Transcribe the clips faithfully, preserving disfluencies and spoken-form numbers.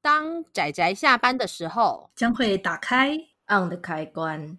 当宅宅下班的时候， 将会打开 on 的开关。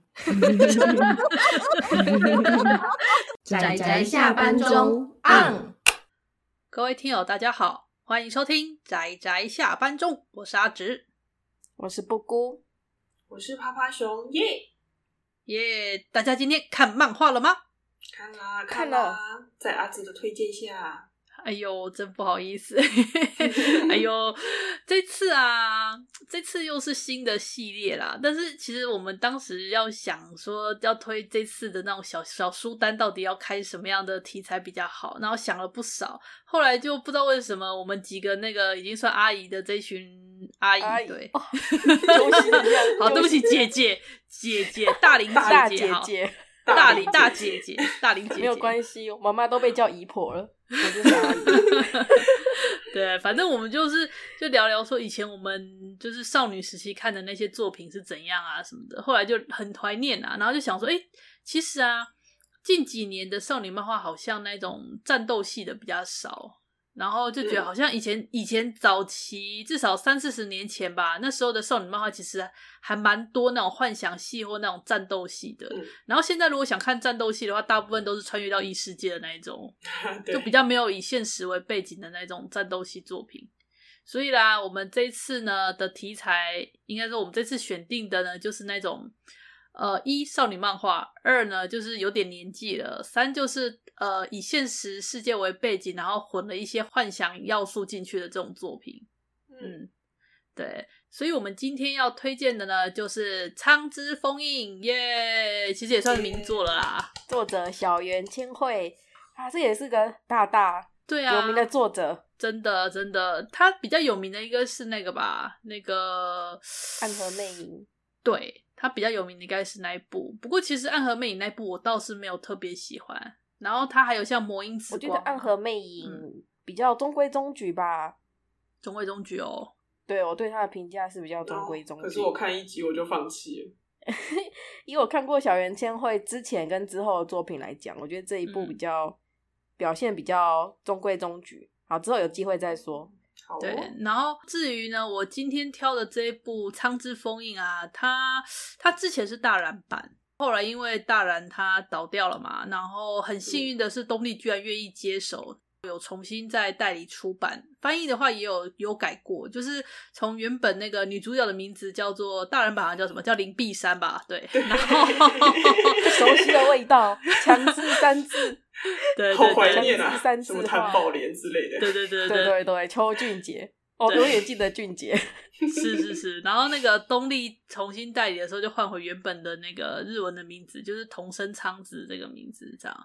宅宅下班中 on。 各位听友大家好，欢迎收听宅宅下班中，我是阿直， 我是布姑， 我是趴趴熊，耶耶！大家今天看漫画了吗？ 看啦看啦，在阿直的推荐下。 哎呦，真不好意思。哎呦，这次啊，这次又是新的系列啦。但是其实我们当时要想说要推这次的那种小小书单，到底要开什么样的题材比较好，然后想了不少。后来就不知道为什么我们几个那个已经算阿姨的这群阿姨，阿姨对，哦、好，对不起，姐姐，姐姐，大龄大姐姐， 姐姐。 大龄大姐姐，大龄姐姐没有关系，我妈妈都被叫姨婆了，我就是阿姨。 对，反正我们就是就聊聊说以前我们就是少女时期看的那些作品是怎样啊什么的，后来就很怀念啊，然后就想说，哎，其实啊，近几年的少女漫画好像那种战斗系的比较少。然后就觉得好像以前、嗯、以前早期至少三四十年前吧，那时候的少女漫画其实还蛮多那种幻想系或那种战斗系的、嗯、然后现在如果想看战斗系的话，大部分都是穿越到异世界的那一种就比较没有以现实为背景的那种战斗系作品。所以啦，我们这一次呢的题材应该说我们这次选定的呢就是那种呃，一少女漫画，二呢就是有点年纪了，三就是呃以现实世界为背景，然后混了一些幻想要素进去的这种作品。嗯，对，所以我们今天要推荐的呢就是《苍之封印》耶，其实也算是名作了啦。 作者小原千惠啊，这也是个大大对啊有名的作者， 真的真的，他比较有名的一个是那个吧，那个 《暗河魅影》。 对。他比较有名的应该是那一部，不过其实《暗河魅影》那一部我倒是没有特别喜欢。然后他还有像《魔音之光》， 我觉得《暗河魅影》比较中规中矩吧。 中规中矩哦。 对，我对他的评价是比较中规中矩。 哦、可是我看一集我就放弃了。 以我看过小原千惠之前跟之后的作品来讲，我觉得这一部比较、嗯、表现比较中规中矩。好，之后有机会再说。 对，然后至于呢，我今天挑的这一部《苍之封印》啊，它它之前是大然版，后来因为大然它倒掉了嘛，然后很幸运的是东立居然愿意接手，有重新在代理出版，翻译的话也有有改过，就是从原本那个女主角的名字叫做大然版好像叫什么叫林碧山吧，对，然后熟悉的味道，强制三字。 对对对， 好怀念啊！ 三什么谭宝莲之类的。 对对对对对对，邱俊杰，我永远记得俊杰。 是是是，然后那个东立重新代理的时候，就换回原本的那个日文的名字，就是桐生苍子这个名字，这样。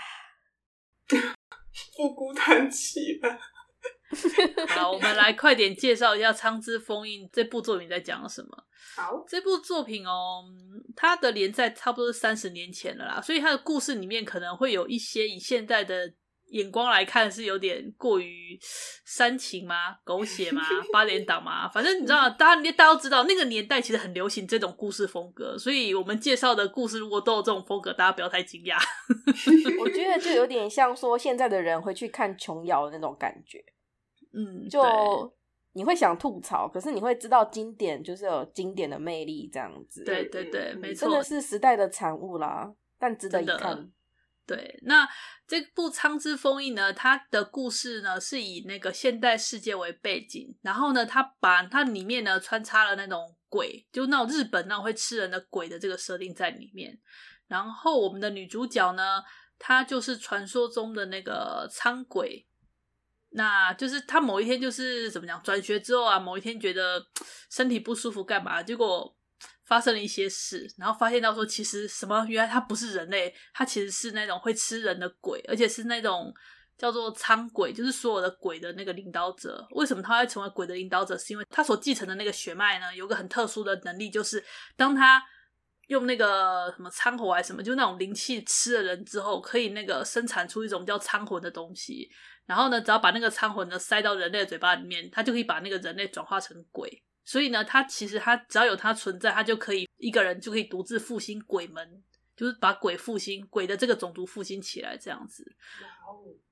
不孤叹气了。 好，我们来快点介绍一下《苍之封印》这部作品在讲什么。 好， 这部作品哦，它的连载差不多是三十年前了啦，所以它的故事里面可能会有一些以现在的眼光来看是有点过于煽情吗？狗血吗？八点档吗？反正你知道，大家大家都知道那个年代其实很流行这种故事风格，所以我们介绍的故事如果都有这种风格，大家不要太惊讶。 我觉得就有点像说现在的人会去看琼瑶的那种感觉。 嗯， 就你会想吐槽，可是你会知道经典就是有经典的魅力这样子。 对对对，没错， 真的是时代的产物啦，但值得一看。 对，那这部《苍之封印》呢，它的故事呢是以那个现代世界为背景，然后呢，它把它里面呢穿插了那种鬼，就那种日本那种会吃人的鬼的这个设定在里面。然后我们的女主角呢，她就是传说中的那个苍鬼。那就是他某一天就是怎么讲转学之后啊，某一天觉得身体不舒服干嘛，结果发生了一些事，然后发现到说其实什么原来他不是人类，他其实是那种会吃人的鬼，而且是那种叫做苍鬼，就是所有的鬼的那个领导者。为什么他会成为鬼的领导者，是因为他所继承的那个血脉呢有个很特殊的能力，就是当他用那个什么苍火还是什么，就那种灵气吃了人之后，可以那个生产出一种叫苍魂的东西，然后呢只要把那个苍魂呢塞到人类的嘴巴里面，他就可以把那个人类转化成鬼。所以呢他其实他只要有他存在，他就可以一个人就可以独自复兴鬼门，就是把鬼复兴，鬼的这个种族复兴起来这样子。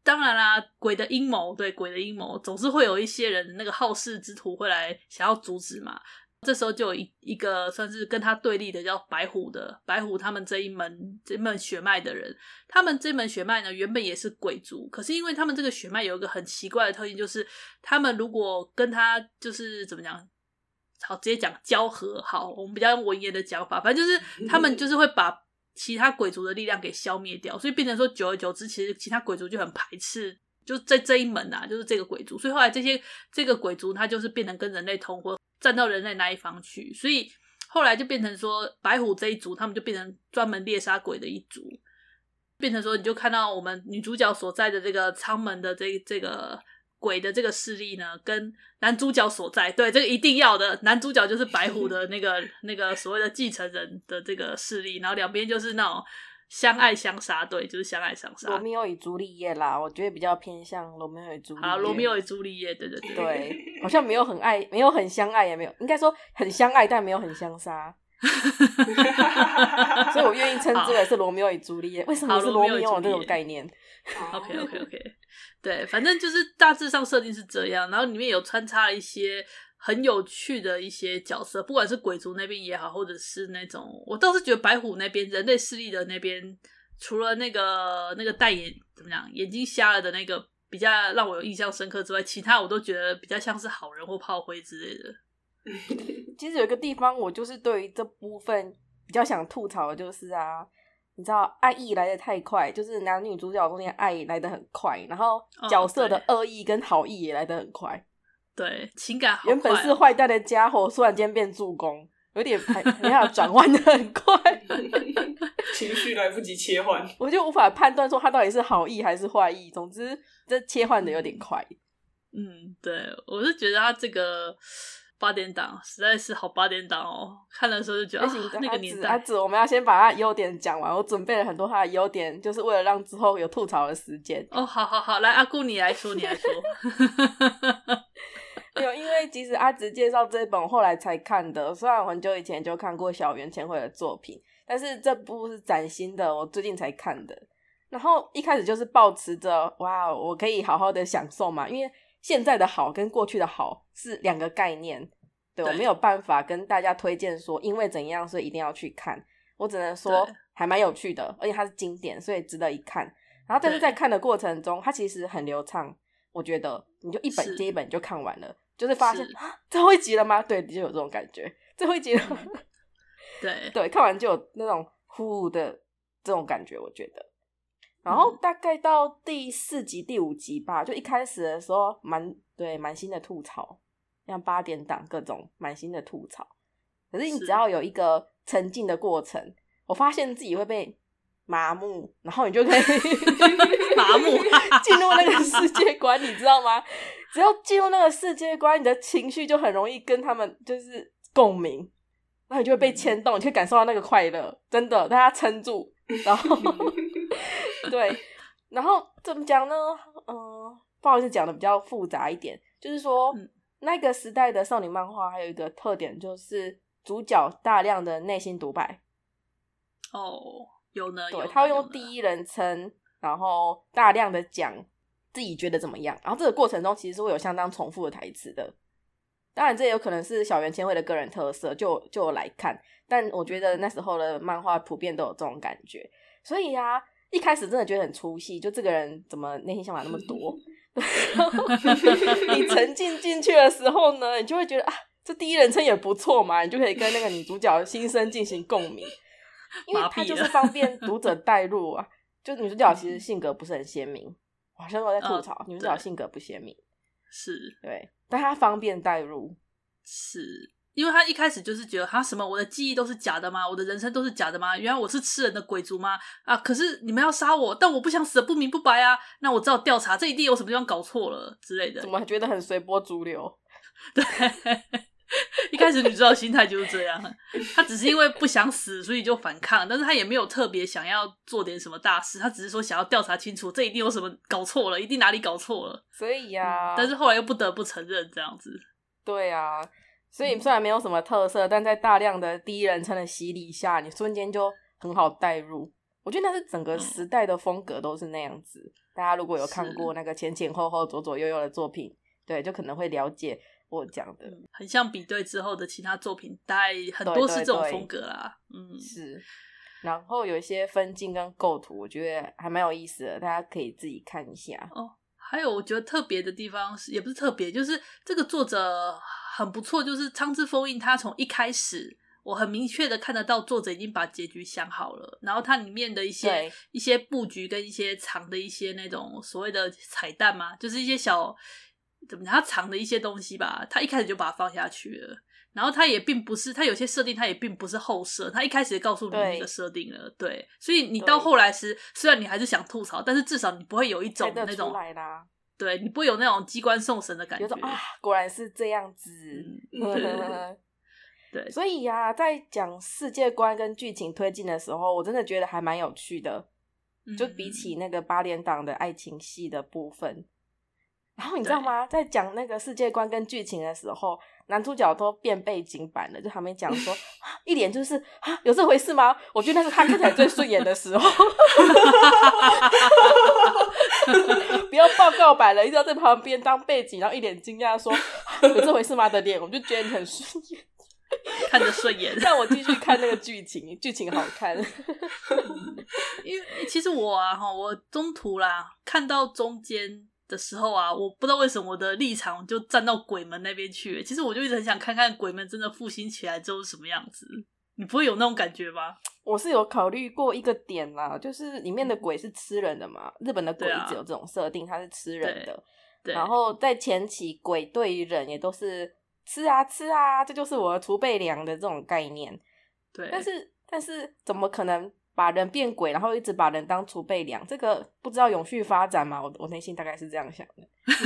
当然啦，鬼的阴谋，对鬼的阴谋，总是会有一些人那个好事之徒会来想要阻止嘛。这时候就有一一个算是跟他对立的叫白虎的，白虎他们这一门这一门血脉的人，他们这门血脉呢原本也是鬼族，可是因为他们这个血脉有一个很奇怪的特性，就是他们如果跟他就是怎么讲，好直接讲交合，好，我们比较用文言的讲法，反正就是他们就是会把其他鬼族的力量给消灭掉，所以变成说久而久之，其实其他鬼族就很排斥。就在这一门啊，就是这个鬼族，所以后来这些这个鬼族，它就是变成跟人类同伙，站到人类那一方去，所以后来就变成说，白虎这一族，他们就变成专门猎杀鬼的一族，变成说，你就看到我们女主角所在的这个仓门的这这个鬼的这个势力呢，跟男主角所在，对，这个一定要的，男主角就是白虎的那个那个所谓的继承人的这个势力，然后两边就是那种。相爱相杀，对，就是相爱相杀。 罗密欧与朱丽叶啦，我觉得比较偏向罗密欧与朱丽叶。 好，罗密欧与朱丽叶，对对对， 对，好像没有很爱，没有很相爱，也没有，应该说很相爱，但没有很相杀。所以我愿意称之为是罗密欧与朱丽叶。为什么是罗密欧这种概念 ？OK OK OK， 对，反正就是大致上设定是这样，然后里面有穿插了一些。很有趣的一些角色，不管是鬼族那边也好，或者是那种，我倒是觉得白虎那边人类势力的那边，除了那个那个戴眼怎么讲眼睛瞎了的那个比较让我有印象深刻之外，其他我都觉得比较像是好人或炮灰之类的。 其实有一个地方我就是对于这部分比较想吐槽的就是啊，你知道爱意来得太快，就是男女主角中间爱来得很快，然后角色的恶意跟好意也来得很快。 哦对，情感好快、哦、 原本是坏蛋的家伙突然间变助攻，有点还没办法转换的很快情绪来不及切换， 我就无法判断说他到底是好意还是坏意，总之这切换的有点快。 嗯，对，我是觉得他这个八点档实在是好八点档哦，看的时候就觉得、啊、那个年代阿紫，我们要先把他优点讲完，我准备了很多他的优点，就是为了让之后有吐槽的时间。 哦，好好好，来阿姑你来说，你来说。 没有，因为其实阿直介绍这本我后来才看的，虽然我很久以前就看过小原千惠的作品，但是这部是崭新的，我最近才看的。然后一开始就是抱持着哇，我可以好好的享受嘛，因为现在的好跟过去的好是两个概念， 对, 对我没有办法跟大家推荐说因为怎样所以一定要去看，我只能说还蛮有趣的，而且它是经典，所以值得一看。然后但是在看的过程中它其实很流畅，我觉得你就一本接一本就看完了，就是发现啊，最后一集了吗？对，就有这种感觉，最后一集了吗？嗯、 对对，看完就有那种呼的这种感觉，我觉得。然后大概到第四集、第五集吧，就一开始的时候蛮对满心的吐槽，像八点档各种满心的吐槽。可是你只要有一个沉浸的过程，我发现自己会被麻木，然后你就可以麻木进入那个世界观，你知道吗？只要进入那个世界观，你的情绪就很容易跟他们就是共鸣，然后你就会被牵动，你可以感受到那个快乐，真的，大家撑住，然后对，然后怎么讲呢？嗯、呃，不好意思，讲的比较复杂一点，就是说、嗯、那个时代的少女漫画还有一个特点，就是主角大量的内心独白。 哦，有呢， 对，他会用第一人称，然后大量的讲自己觉得怎么样，然后这个过程中其实是会有相当重复的台词的。当然这也有可能是小原千惠的个人特色，就就有来看，但我觉得那时候的漫画普遍都有这种感觉，所以啊一开始真的觉得很出戏，就这个人怎么内心想法那么多你沉浸进去的时候呢，你就会觉得啊，这第一人称也不错嘛，你就可以跟那个女主角心声进行共鸣，因为它就是方便读者带入啊。就女主角其实性格不是很鲜明，我好像都在吐槽、呃、女主角性格不鲜明， 是对，但她方便带入， 是因为他一开始就是觉得他什么我的记忆都是假的吗？我的人生都是假的吗？原来我是吃人的鬼族吗？啊！可是你们要杀我，但我不想死得不明不白啊！那我只好调查，这一定有什么地方搞错了之类的。 怎么觉得很随波逐流？ 对，一开始女主角心态就是这样，她只是因为不想死，所以就反抗，但是她也没有特别想要做点什么大事，她只是说想要调查清楚，这一定有什么搞错了，一定哪里搞错了。 所以呀、啊嗯， 但是后来又不得不承认这样子。 对啊。所以虽然没有什么特色，但在大量的第一人称的洗礼下，你瞬间就很好带入。我觉得那是整个时代的风格都是那样子。 大家如果有看过那个前前后后左左右右的作品，对，就可能会了解我讲的、 嗯、很像比对之后的其他作品，大概很多是这种风格啦。 对对对， 嗯， 是。然后有一些分镜跟构图我觉得还蛮有意思的，大家可以自己看一下哦。还有我觉得特别的地方是，也不是特别，就是这个作者很不错，就是仓知封印他从一开始我很明确的看得到作者已经把结局想好了，然后它里面的一些一些布局跟一些藏的一些那种所谓的彩蛋嘛，就是一些小怎么讲，他藏的一些东西吧，他一开始就把它放下去了。然后他也并不是，他有些设定他也并不是后设，他一开始也告诉你那个设定了， 对, 对，所以你到后来时，虽然你还是想吐槽，但是至少你不会有一种那种，对，你不会有那种机关送神的感觉， 有种啊，果然是这样子， 嗯、对， 所以呀、啊，在讲世界观跟剧情推进的时候，我真的觉得还蛮有趣的，就比起那个八点档的爱情戏的部分。然后你知道吗？在讲那个世界观跟剧情的时候，男主角都变背景板了，就还没讲说一脸就是啊，有这回事吗？我觉得那是他看起来最顺眼的时候。不要报告白了，一定要在旁边当背景，然后一脸惊讶说有这回事吗的脸，我就觉得你很顺眼， 看着顺眼。 让我继续看那个剧情，剧情好看。 因为其实我啊，我中途啦看到中间的时候啊，我不知道为什么我的立场就站到鬼门那边去。其实我就一直很想看看鬼门真的复兴起来之后是什么样子。你不会有那种感觉吗？ 我是有考虑过一个点啦，就是里面的鬼是吃人的嘛，日本的鬼一直有这种设定，它是吃人的。 对，对， 然后在前期鬼对于人也都是吃啊吃啊，这就是我的储备粮的这种概念。 对， 但是但是怎么可能把人变鬼，然后一直把人当储备粮？这个不知道永续发展嘛？我我内心大概是这样想的。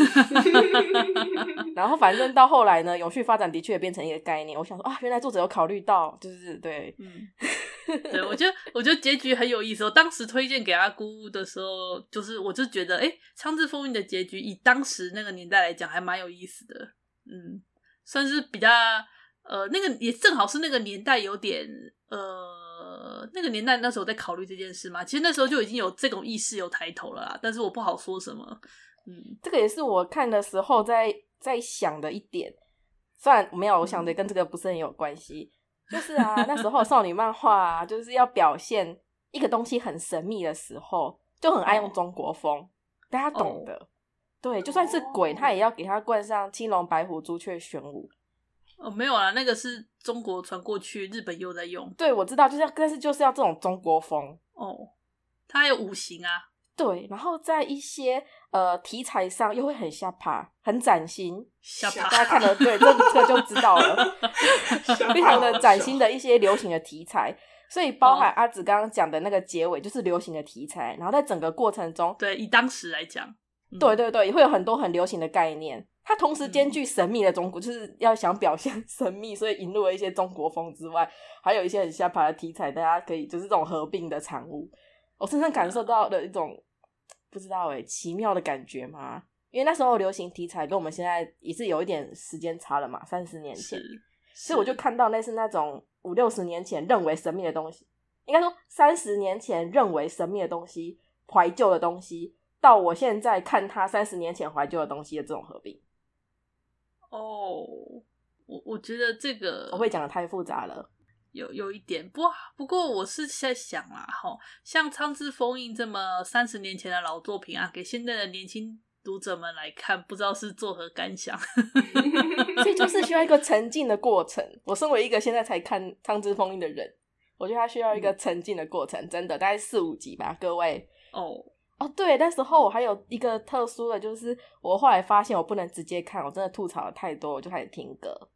然后反正到后来呢，永续发展的确也变成一个概念。我想说啊，原来作者有考虑到，就是对， 嗯，对，我觉得我觉得结局很有意思。我当时推荐给阿姑的时候，就是我就觉得，哎，仓知封印的结局以当时那个年代来讲，还蛮有意思的。嗯，算是比较呃，那个也正好是那个年代有点呃，那个年代那时候在考虑这件事嘛。其实那时候就已经有这种意识有抬头了啦，但是我不好说什么。嗯， 这个也是我看的时候在在想的一点，虽然没有，我想的跟这个不是很有关系。就是啊，那时候少女漫画啊，就是要表现一个东西很神秘的时候，就很爱用中国风，大家懂的。哦，对，就算是鬼，他也要给他冠上青龙白虎朱雀玄武。 哦，没有啦，那个是中国传过去，日本又在用。 对，我知道，就是要，但是就是要这种中国风。 哦，它还有五行啊。 对，然后在一些呃题材上又会很下趴，很崭新。 下趴， 大家看了对这这个就知道了，非常的崭新的一些流行的题材。所以包含阿紫刚刚讲的那个结尾就是流行的题材，然后在整个过程中， 对，以当时来讲， 嗯，对对对，会有很多很流行的概念。它同时兼具神秘的中国，嗯，就是要想表现神秘，所以引入了一些中国风之外，还有一些很下爬的题材，大家可以就是这种合并的产物。我深深感受到了一种不知道诶奇妙的感觉嘛，因为那时候流行题材跟我们现在也是有一点时间差了嘛，三十年前，所以我就看到类似那种五六十年前认为神秘的东西，应该说三十年前认为神秘的东西，怀旧的东西，到我现在看它三十年前怀旧的东西的这种合并。 哦，我我觉得这个我会讲的太复杂了， 有有一点，不不过我是在想啦，齁，像仓知封印这么三十年前的老作品啊，给现在的年轻读者们来看，不知道是作何感想。 所以就是需要一个沉浸的过程。我身为一个现在才看仓知封印的人，我觉得他需要一个沉浸的过程，嗯，真的大概四五集吧，各位。 哦哦，对，那时候我还有一个特殊的，就是我后来发现我不能直接看，我真的吐槽了太多，我就开始听歌。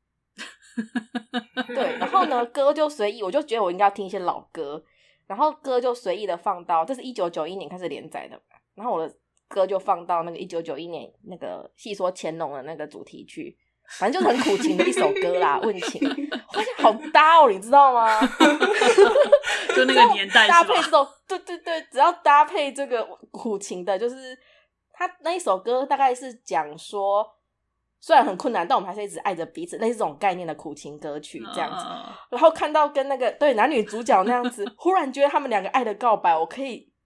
对，然后呢，歌就随意，我就觉得我应该要听一些老歌，然后歌就随意的放到，这是一九九一年开始连载的嘛，然后我的歌就放到那个一九九一年那个戏说乾隆的那个主题曲，反正就是很苦情的一首歌啦，问情，我发现好搭哦，你知道吗？ 就那个年代是吧？ 搭配这种，对对对，只要搭配这个苦情的，就是他那一首歌大概是讲说，虽然很困难，但我们还是一直爱着彼此，类似这种概念的苦情歌曲这样子。Uh... 然后看到跟那个对男女主角那样子，忽然觉得他们两个爱的告白，我可以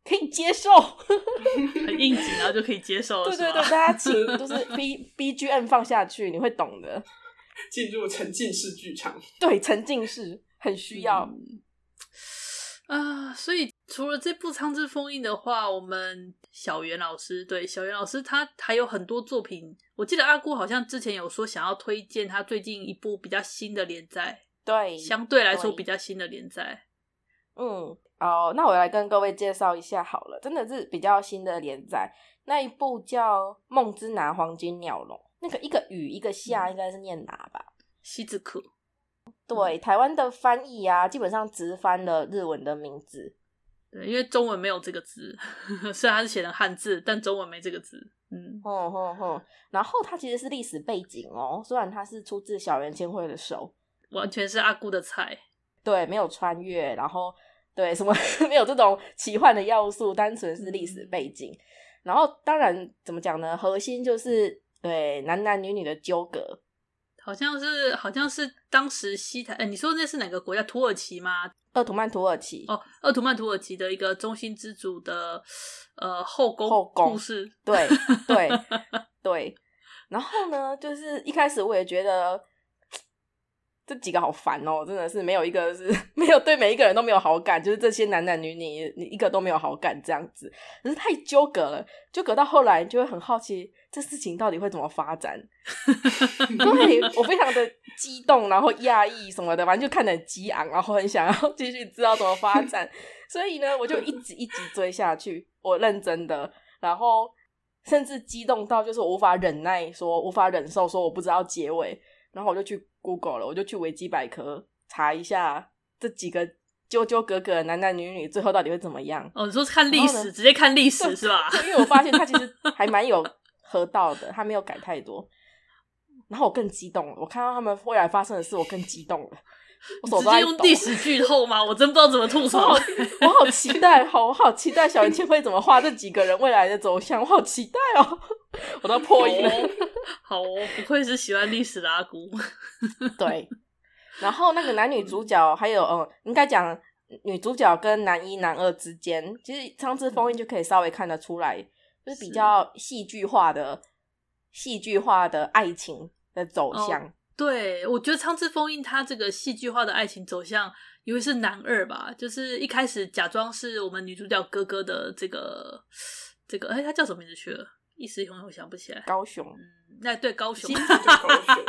可以接受， 很应景，然后就可以接受了。 对对对，大家请就是 B B G M 放下去，你会懂的。 进入沉浸式剧场， 对，沉浸式很需要。 嗯啊，所以除了这部《苍之封印》的话，我们小袁老师，对小袁老师他还有很多作品。我记得阿姑好像之前有说想要推荐他最近一部比较新的连载， 对， 相对来说比较新的连载。 嗯，哦，那我来跟各位介绍一下好了，真的是比较新的连载，那一部叫《梦之拿黄金鸟笼》，那个一个雨一个夏，应该是念拿吧？ 西之库。 对，台湾的翻译啊，基本上直翻了日文的名字。 对，因为中文没有这个字，虽然它是写成汉字，但中文没这个字。嗯， 哼哼哼。然后它其实是历史背景哦，虽然它是出自小原千惠的手， 完全是阿姑的菜。 对，没有穿越，然后对什么没有这种奇幻的要素，单纯是历史背景。嗯、然后当然怎么讲呢？核心就是对男男女女的纠葛。 好像是，好像是当时西台，欸、你说那是哪个国家？土耳其吗？ 鄂图曼土耳其。 哦，鄂图曼土耳其的一个中心之主的呃后宫后宫故事。 对对对。然后呢，就是一开始我也觉得这几个好烦哦，真的是没有一个是没有对每一个人都没有好感，就是这些男男女女你一个都没有好感这样子，可是太纠葛了，纠葛到后来就会很好奇这事情到底会怎么发展。对，我非常的激动，然后讶异什么的，反正就看得很激昂，然后很想要继续知道怎么发展，所以呢我就一集一集追下去，我认真的，然后甚至激动到就是我无法忍耐，说无法忍受说我不知道结尾，然后我就去 Google 了，我就去维基百科查一下这几个纠纠葛葛的男男女女最后到底会怎么样。 哦，你说看历史，直接看历史是吧？ 因为我发现他其实还蛮有合道的，他没有改太多。然后我更激动了，我看到他们未来发生的事，我更激动了。我手直接用历史剧透吗？我真不知道怎么吐槽。 我好, 我好期待，好，我好期待小原千惠怎么画这几个人未来的走向，我好期待哦！我都破音了。 好哦，不愧是喜欢历史的阿姑。 对，然后那个男女主角还有嗯，应该讲女主角跟男一男二之间，其实《苍之封印》就可以稍微看得出来，就是比较戏剧化的戏剧化的爱情的走向。哦， 对，我觉得《苍之封印》它这个戏剧化的爱情走向，因为是男二吧，就是一开始假装是我们女主角哥哥的这个这个，哎，他叫什么名字去了？一时永远想不起来。 高雄， 嗯，那对高雄， 高雄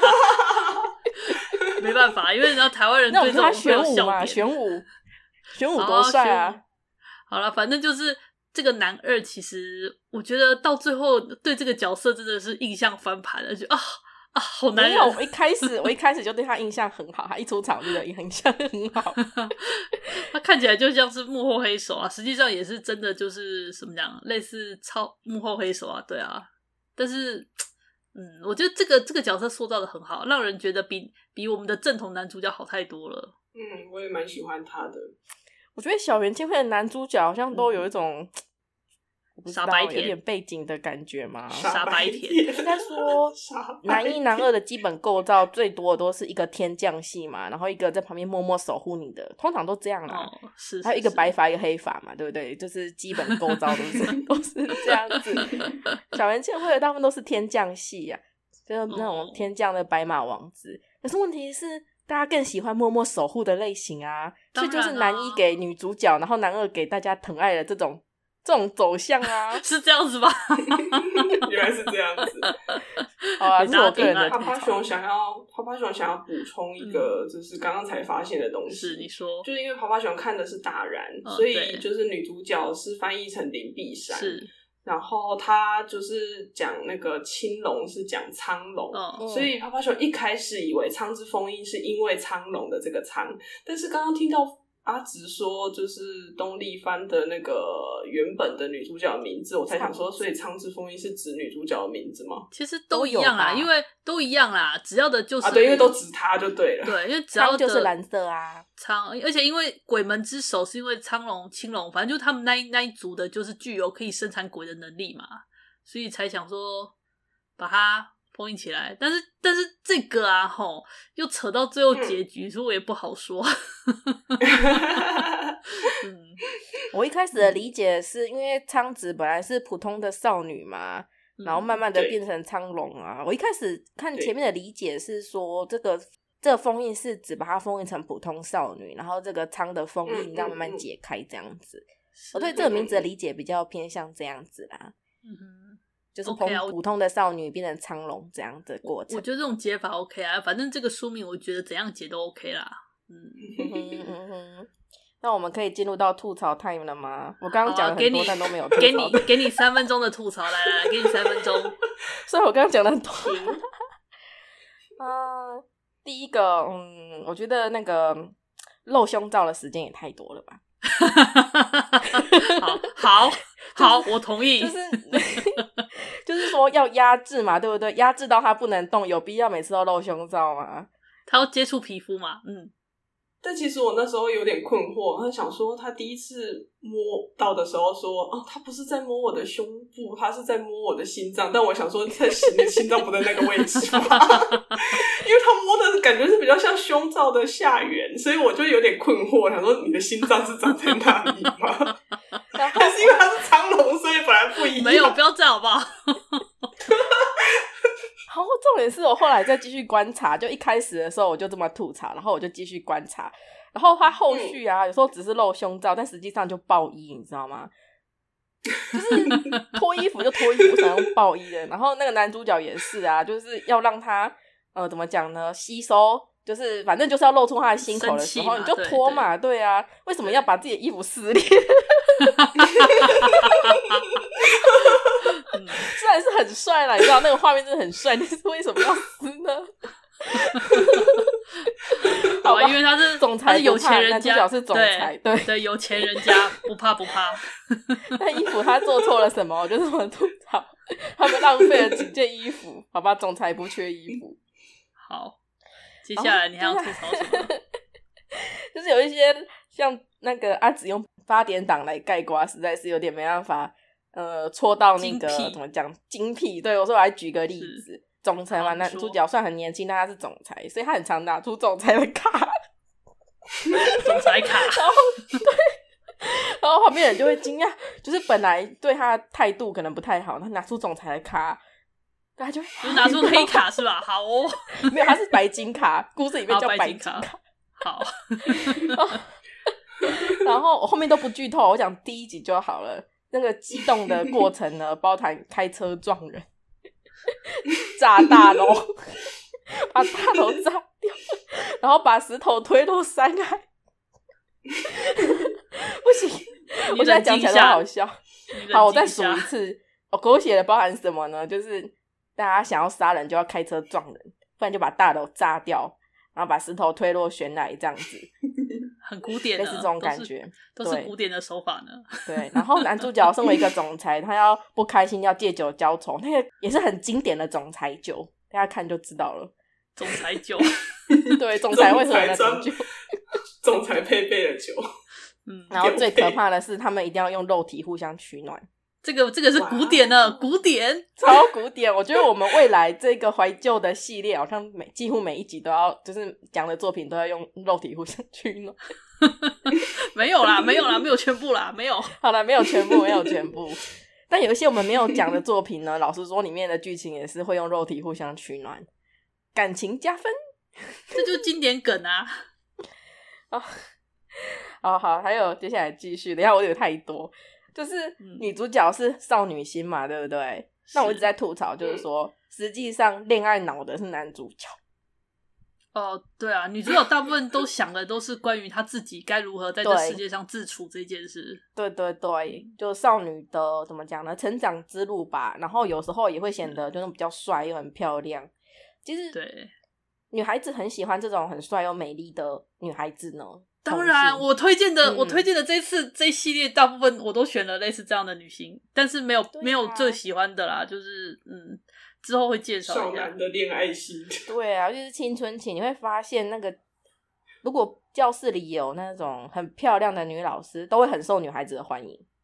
没办法，因为你知道台湾人对这种玄武嘛，玄武，玄武多帅啊！ 好了，反正就是这个男二，其实我觉得到最后对这个角色真的是印象翻盘了，就啊。啊，好男人！ 没有，我一开始我一开始就对他印象很好，他一出场就印象很好。 他看起来就像是幕后黑手啊，实际上也是真的，就是怎么讲，类似超幕后黑手啊，对啊。但是，嗯，我觉得这个这个角色塑造的很好，让人觉得比比我们的正统男主角好太多了。 嗯，我也蛮喜欢他的。 我觉得小原千惠的男主角好像都有一种。嗯傻白甜， 有点背景的感觉嘛。 傻白甜， 应该说男一男二的基本构造最多的都是一个天降系嘛，然后一个在旁边默默守护你的，通常都这样啦。 哦、是, 是, 是， 还有一个白发一个黑发嘛，对不对？就是基本构造都是都是这样子。小原千惠的大部分都是天降系啊，就是那种天降的白马王子。哦、可是问题是，大家更喜欢默默守护的类型啊，所以就是男一给女主角，然后男二给大家疼爱的这种。这种走向啊， 是这样子吧？ 原来是这样子。 好啊，这是我个人的。 泡泡熊想要，泡泡熊想要补充一个，就是刚刚才发现的东西。 是你说， 就是因为泡泡熊看的是大然， 哦、 所以就是女主角是翻译成林碧山。 是。 然后他就是讲那个青龙是讲苍龙， 哦、 所以泡泡熊一开始以为苍之封印是因为苍龙的这个苍，但是刚刚听到。阿直说就是东立番的那个原本的女主角的名字，我才想说，所以苍之封印是指女主角的名字吗？ 其实都一样啦，因为都一样啦，只要的就是啊，对，因为都指她就对了。 对，因为只要的就是蓝色啊， 苍，而且因为鬼门之首是因为苍龙、青龙，反正就他们那一那一族的，就是具有可以生产鬼的能力嘛，所以才想说把它封印起来。但是但是这个啊吼，又扯到最后结局，嗯、所以我也不好说。 嗯，我一开始的理解是因为苍子本来是普通的少女嘛，嗯、然后慢慢的变成苍龙啊。我一开始看前面的理解是说，这个这个封印是指把它封印成普通少女，然后这个苍的封印让慢慢解开这样子。嗯嗯嗯，我对这个名字的理解比较偏向这样子啦。嗯哼，就是从普通的少女变成苍龙这样的过程。 我觉得这种解法 OK 啊，反正这个书名我觉得怎样解都 OK 啦。嗯嗯嗯嗯。那我们可以进入到吐槽 time 了吗？我刚刚讲了很多， 啊、 但都没有吐槽。 给你给你三分钟的吐槽，来来来，给你三分钟。 所以我刚刚讲了很多。啊，第一个，嗯，我觉得那个露胸罩的时间也太多了吧。 好好好，我同意。 就是就是说要压制嘛，对不对？压制到他不能动，有必要每次都露胸罩吗？ 他要接触皮肤嘛，嗯。 但其实我那时候有点困惑，他想说他第一次摸到的时候说，哦，他不是在摸我的胸部，他是在摸我的心脏。但我想说，在你的心脏不在那个位置吧，因为他摸的感觉是比较像胸罩的下缘，所以我就有点困惑，想说你的心脏是长在哪里吗？还是因为他是苍龙，所以本来不一样？ 没有，不要这样好不好？ 然后重点是我后来再继续观察，就一开始的时候我就这么吐槽，然后我就继续观察，然后他后续啊、嗯、有时候只是露胸罩，但实际上就爆衣，你知道吗？就是脱衣服就脱衣服，想用爆衣的。然后那个男主角也是啊，就是要让他呃怎么讲呢，吸收，就是反正就是要露出他的心口的时候你就脱嘛， 对, 对, 对啊，为什么要把自己的衣服撕裂？嗯、虽然是很帅啦，你知道那个画面真的很帅，但是为什么要撕呢？ 好吧，因为他是总裁， 他是有钱人家， 男主角是总裁，对对, 对有钱人家不怕不怕。 但衣服他做错了什么？我就这么吐槽，他们浪费了几件衣服，好吧，总裁不缺衣服。 好，接下来你还要吐槽什么？ 就是有一些像那个阿紫用八点档来概括，实在是有点没办法。呃，戳到那个怎么讲精辟？对，我说我来举个例子，总裁嘛，男主角算很年轻，但他是总裁，所以他很常拿出总裁的卡， 总裁卡， 然后对，然后旁边人就会惊讶，就是本来对他的态度可能不太好，他拿出总裁的卡，他就就拿出黑卡是吧？好哦， 没有，他是白金卡，故事里面叫白金卡。 好， 然後我後面都不劇透，我講第一集就好了。那個激動的過程呢，包含開車撞人、炸大樓，把大樓炸掉，然後把石頭推落山海。不行，我現在講起來都好笑。好，我再數一次。我狗血的包含什麼呢？就是大家想要殺人就要開車撞人，不然就把大樓炸掉，然後把石頭推落懸崖，這樣子。 很古典的， 類似這種感覺， 都是，都是古典的手法呢。 對，然後男主角身為一個總裁，他要不開心要借酒澆愁，那個也是很經典的總裁酒，大家看就知道了。 總裁酒， 對，總裁會喝那種酒， 總裁配備的酒。 嗯，然後最可怕的是，他們一定要用肉體互相取暖。 這個這個是古典的，古典， 超古典。我覺得我們未來這個懷舊的系列，好像每幾乎每一集都要，就是講的作品都要用肉體互相取暖。 沒有啦，沒有啦，沒有全部啦，沒有。 好啦，沒有全部，沒有全部。但有一些我們沒有講的作品呢，老實說，裡面的劇情也是會用肉體互相取暖，感情加分。 這就是經典梗啊。 哦，好好，還有接下來繼續，等一下我有太多。就是女主角是少女心嘛，對不對？那我一直在吐槽，就是說實際上戀愛腦的是男主角。 哦，對啊，女主角大部分都想的都是關於她自己該如何在這世界上自處這件事。 對對對，就少女的怎麼講呢？成長之路吧。然後有時候也會顯得就是比較帥又很漂亮。其實對， 女孩子很喜歡這種很帥又美麗的女孩子呢。 當然，我推薦的、嗯、我推薦的這次這一系列大部分我都選了類似這樣的女性，但是沒有、啊、沒有最喜歡的啦，就是嗯，之後會介紹一下少男的戀愛系。 對啊，就是青春期你會發現那個，如果教室裡有那種很漂亮的女老師，都會很受女孩子的歡迎。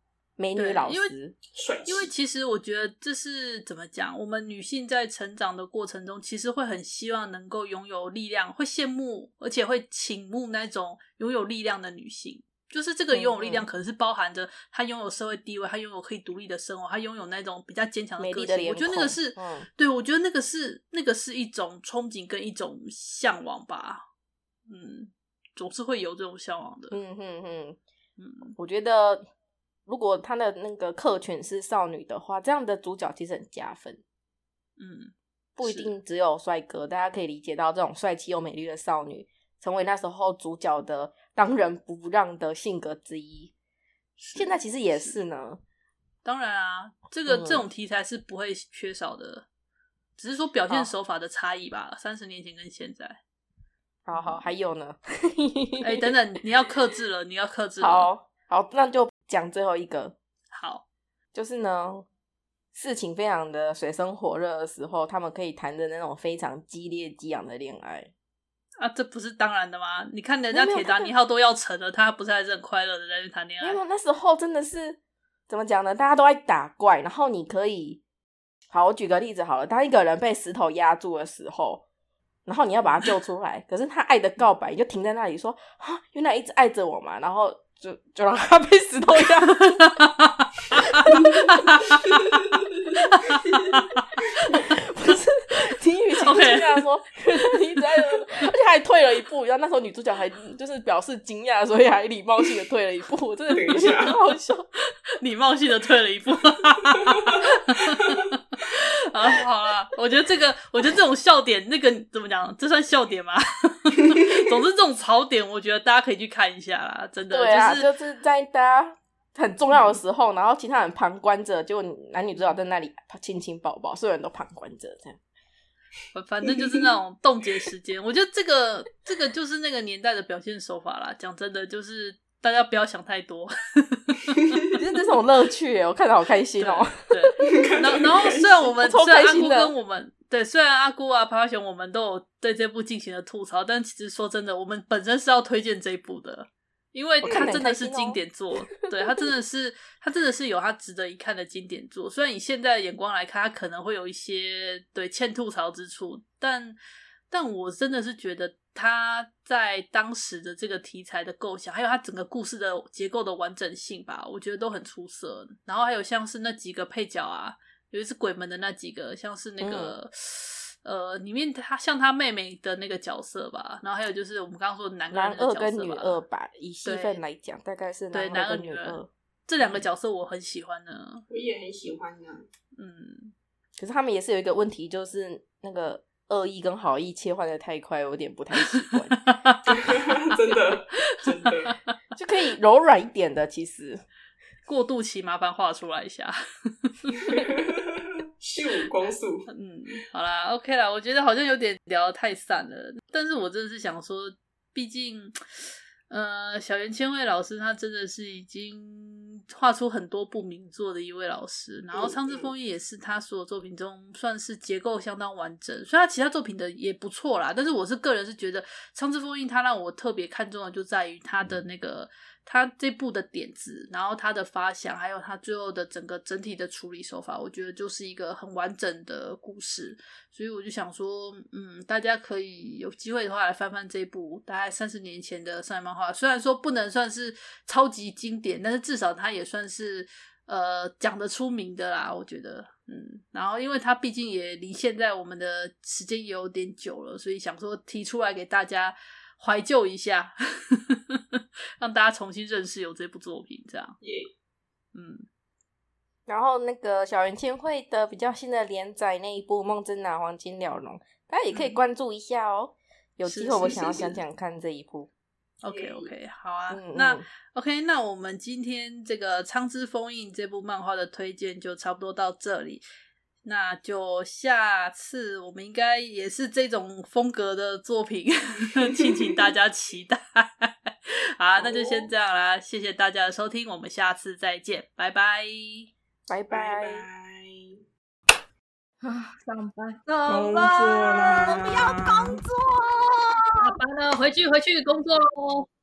美女老因为师， 帅气。 因为其实我觉得这是怎么讲，我们女性在成长的过程中，其实会很希望能够拥有力量，会羡慕而且会倾慕那种拥有力量的女性。就是这个拥有力量，可能是包含着她拥有社会地位，她拥有可以独立的生活，她拥有那种比较坚强的个性。我觉得那个是，嗯、对我觉得那个是那个是一种憧憬跟一种向往吧。嗯，总是会有这种向往的。 嗯哼哼，嗯，我觉得如果他的那个客群是少女的话，这样的主角其实很加分。 嗯， 不一定只有帅哥，大家可以理解到这种帅气又美丽的少女成为那时候主角的当仁不让的性格之一。现在其实也是呢。 当然啊，这个、嗯、这种题材是不会缺少的，只是说表现手法的差异吧。三十年前跟现在。 好好，还有呢？ 哎、欸，等等，你要克制了，你要克制了。 好，好，那就讲最后一个。 好， 就是呢，事情非常的水深火热的时候，他们可以谈的那种非常激烈激昂的恋爱。 啊，这不是当然的吗？你看人家铁达尼号都要沉了，他不是还是很快乐的在那谈恋爱？ 没有，那时候真的是怎么讲呢？大家都在打怪，然后你可以，好，我举个例子好了，当一个人被石头压住的时候。然后你要把他救出来，可是他爱的告白就停在那里说啊，原来一直爱着我嘛，然后就就让他被石头压住。不是，听雨晴惊讶说，你一直爱着我，而且还退了一步，然后那时候女主角还就是表示惊讶，所以还礼貌性的退了一步，我真的等一下很好笑， 礼貌性的退了一步。啊，好啦，我觉得这个，我觉得这种笑点，那个怎么讲？这算笑点吗？总之，这种槽点，我觉得大家可以去看一下啦，真的。 对啊， 就是、 就是在大家很重要的时候，嗯、然后其他人旁观着，结果男女主角在那里亲亲抱抱，所有人都旁观着，这样。 反正就是那种冻结时间，我觉得这个这个就是那个年代的表现手法啦。讲真的，就是大家不要想太多。 其实这种乐趣耶，我看得好开心哦。 对，对然后然后虽然我们虽然阿姑跟我们对，虽然阿姑啊、爬爬熊我们都有对这部进行了吐槽，但其实说真的，我们本身是要推荐这一部的。因为它真的是经典作，哦、对，它真的是，它真的是有它值得一看的经典作。虽然以现在的眼光来看，它可能会有一些对欠吐槽之处，但但我真的是觉得它在当时的这个题材的构想，还有它整个故事的结构的完整性吧，我觉得都很出色。然后还有像是那几个配角啊，尤其是鬼门的那几个，像是那个。嗯呃，里面他像他妹妹的那个角色吧，然后还有就是我们刚刚说的男男二跟女二吧，以戏份来讲，大概是对男二跟女二这两个角色我很喜欢呢。 我也很喜欢呢。 嗯， 可是他们也是有一个问题，就是那个恶意跟好意切换的太快，有点不太习惯。 真的，真的就可以柔软一点的，其实过渡期麻烦画出来一下。 咻光速， 嗯，好啦 ，OK 啦，我觉得好像有点聊得太散了，但是我真的是想说，毕竟，呃，小原千惠老师他真的是已经画出很多部名作的一位老师，然后仓之丰一也是他所有作品中算是结构相当完整，所以他其他作品的也不错啦，但是我是个人是觉得仓之丰一他让我特别看重的就在于他的那个。他这部的点子，然后他的发想，还有他最后的整个整体的处理手法，我觉得就是一个很完整的故事。所以我就想说，嗯，大家可以有机会的话来翻翻这部大概三十年前的少年漫画。虽然说不能算是超级经典，但是至少它也算是呃讲得出名的啦。我觉得，嗯，然后因为它毕竟也离现在我们的时间也有点久了，所以想说提出来给大家。怀旧一下，让大家重新认识有这部作品，这样。 Yeah. 嗯。 然后那个小原千惠的比较新的连载那一部《梦真拿黄金了龙》，大家也可以关注一下哦。嗯、有机会我想要讲讲看这一部。 OK OK， 好啊。 嗯、 那 OK， 那我们今天这个《仓之丰印》这部漫画的推荐就差不多到这里。那就下次我们应该也是这种风格的作品，敬请大家期待。好，那就先这样啦，谢谢大家的收听，我们下次再见，拜拜， 拜拜。 啊，上班， 工作啦， 我不要工作， 下班了，回去回去工作咯。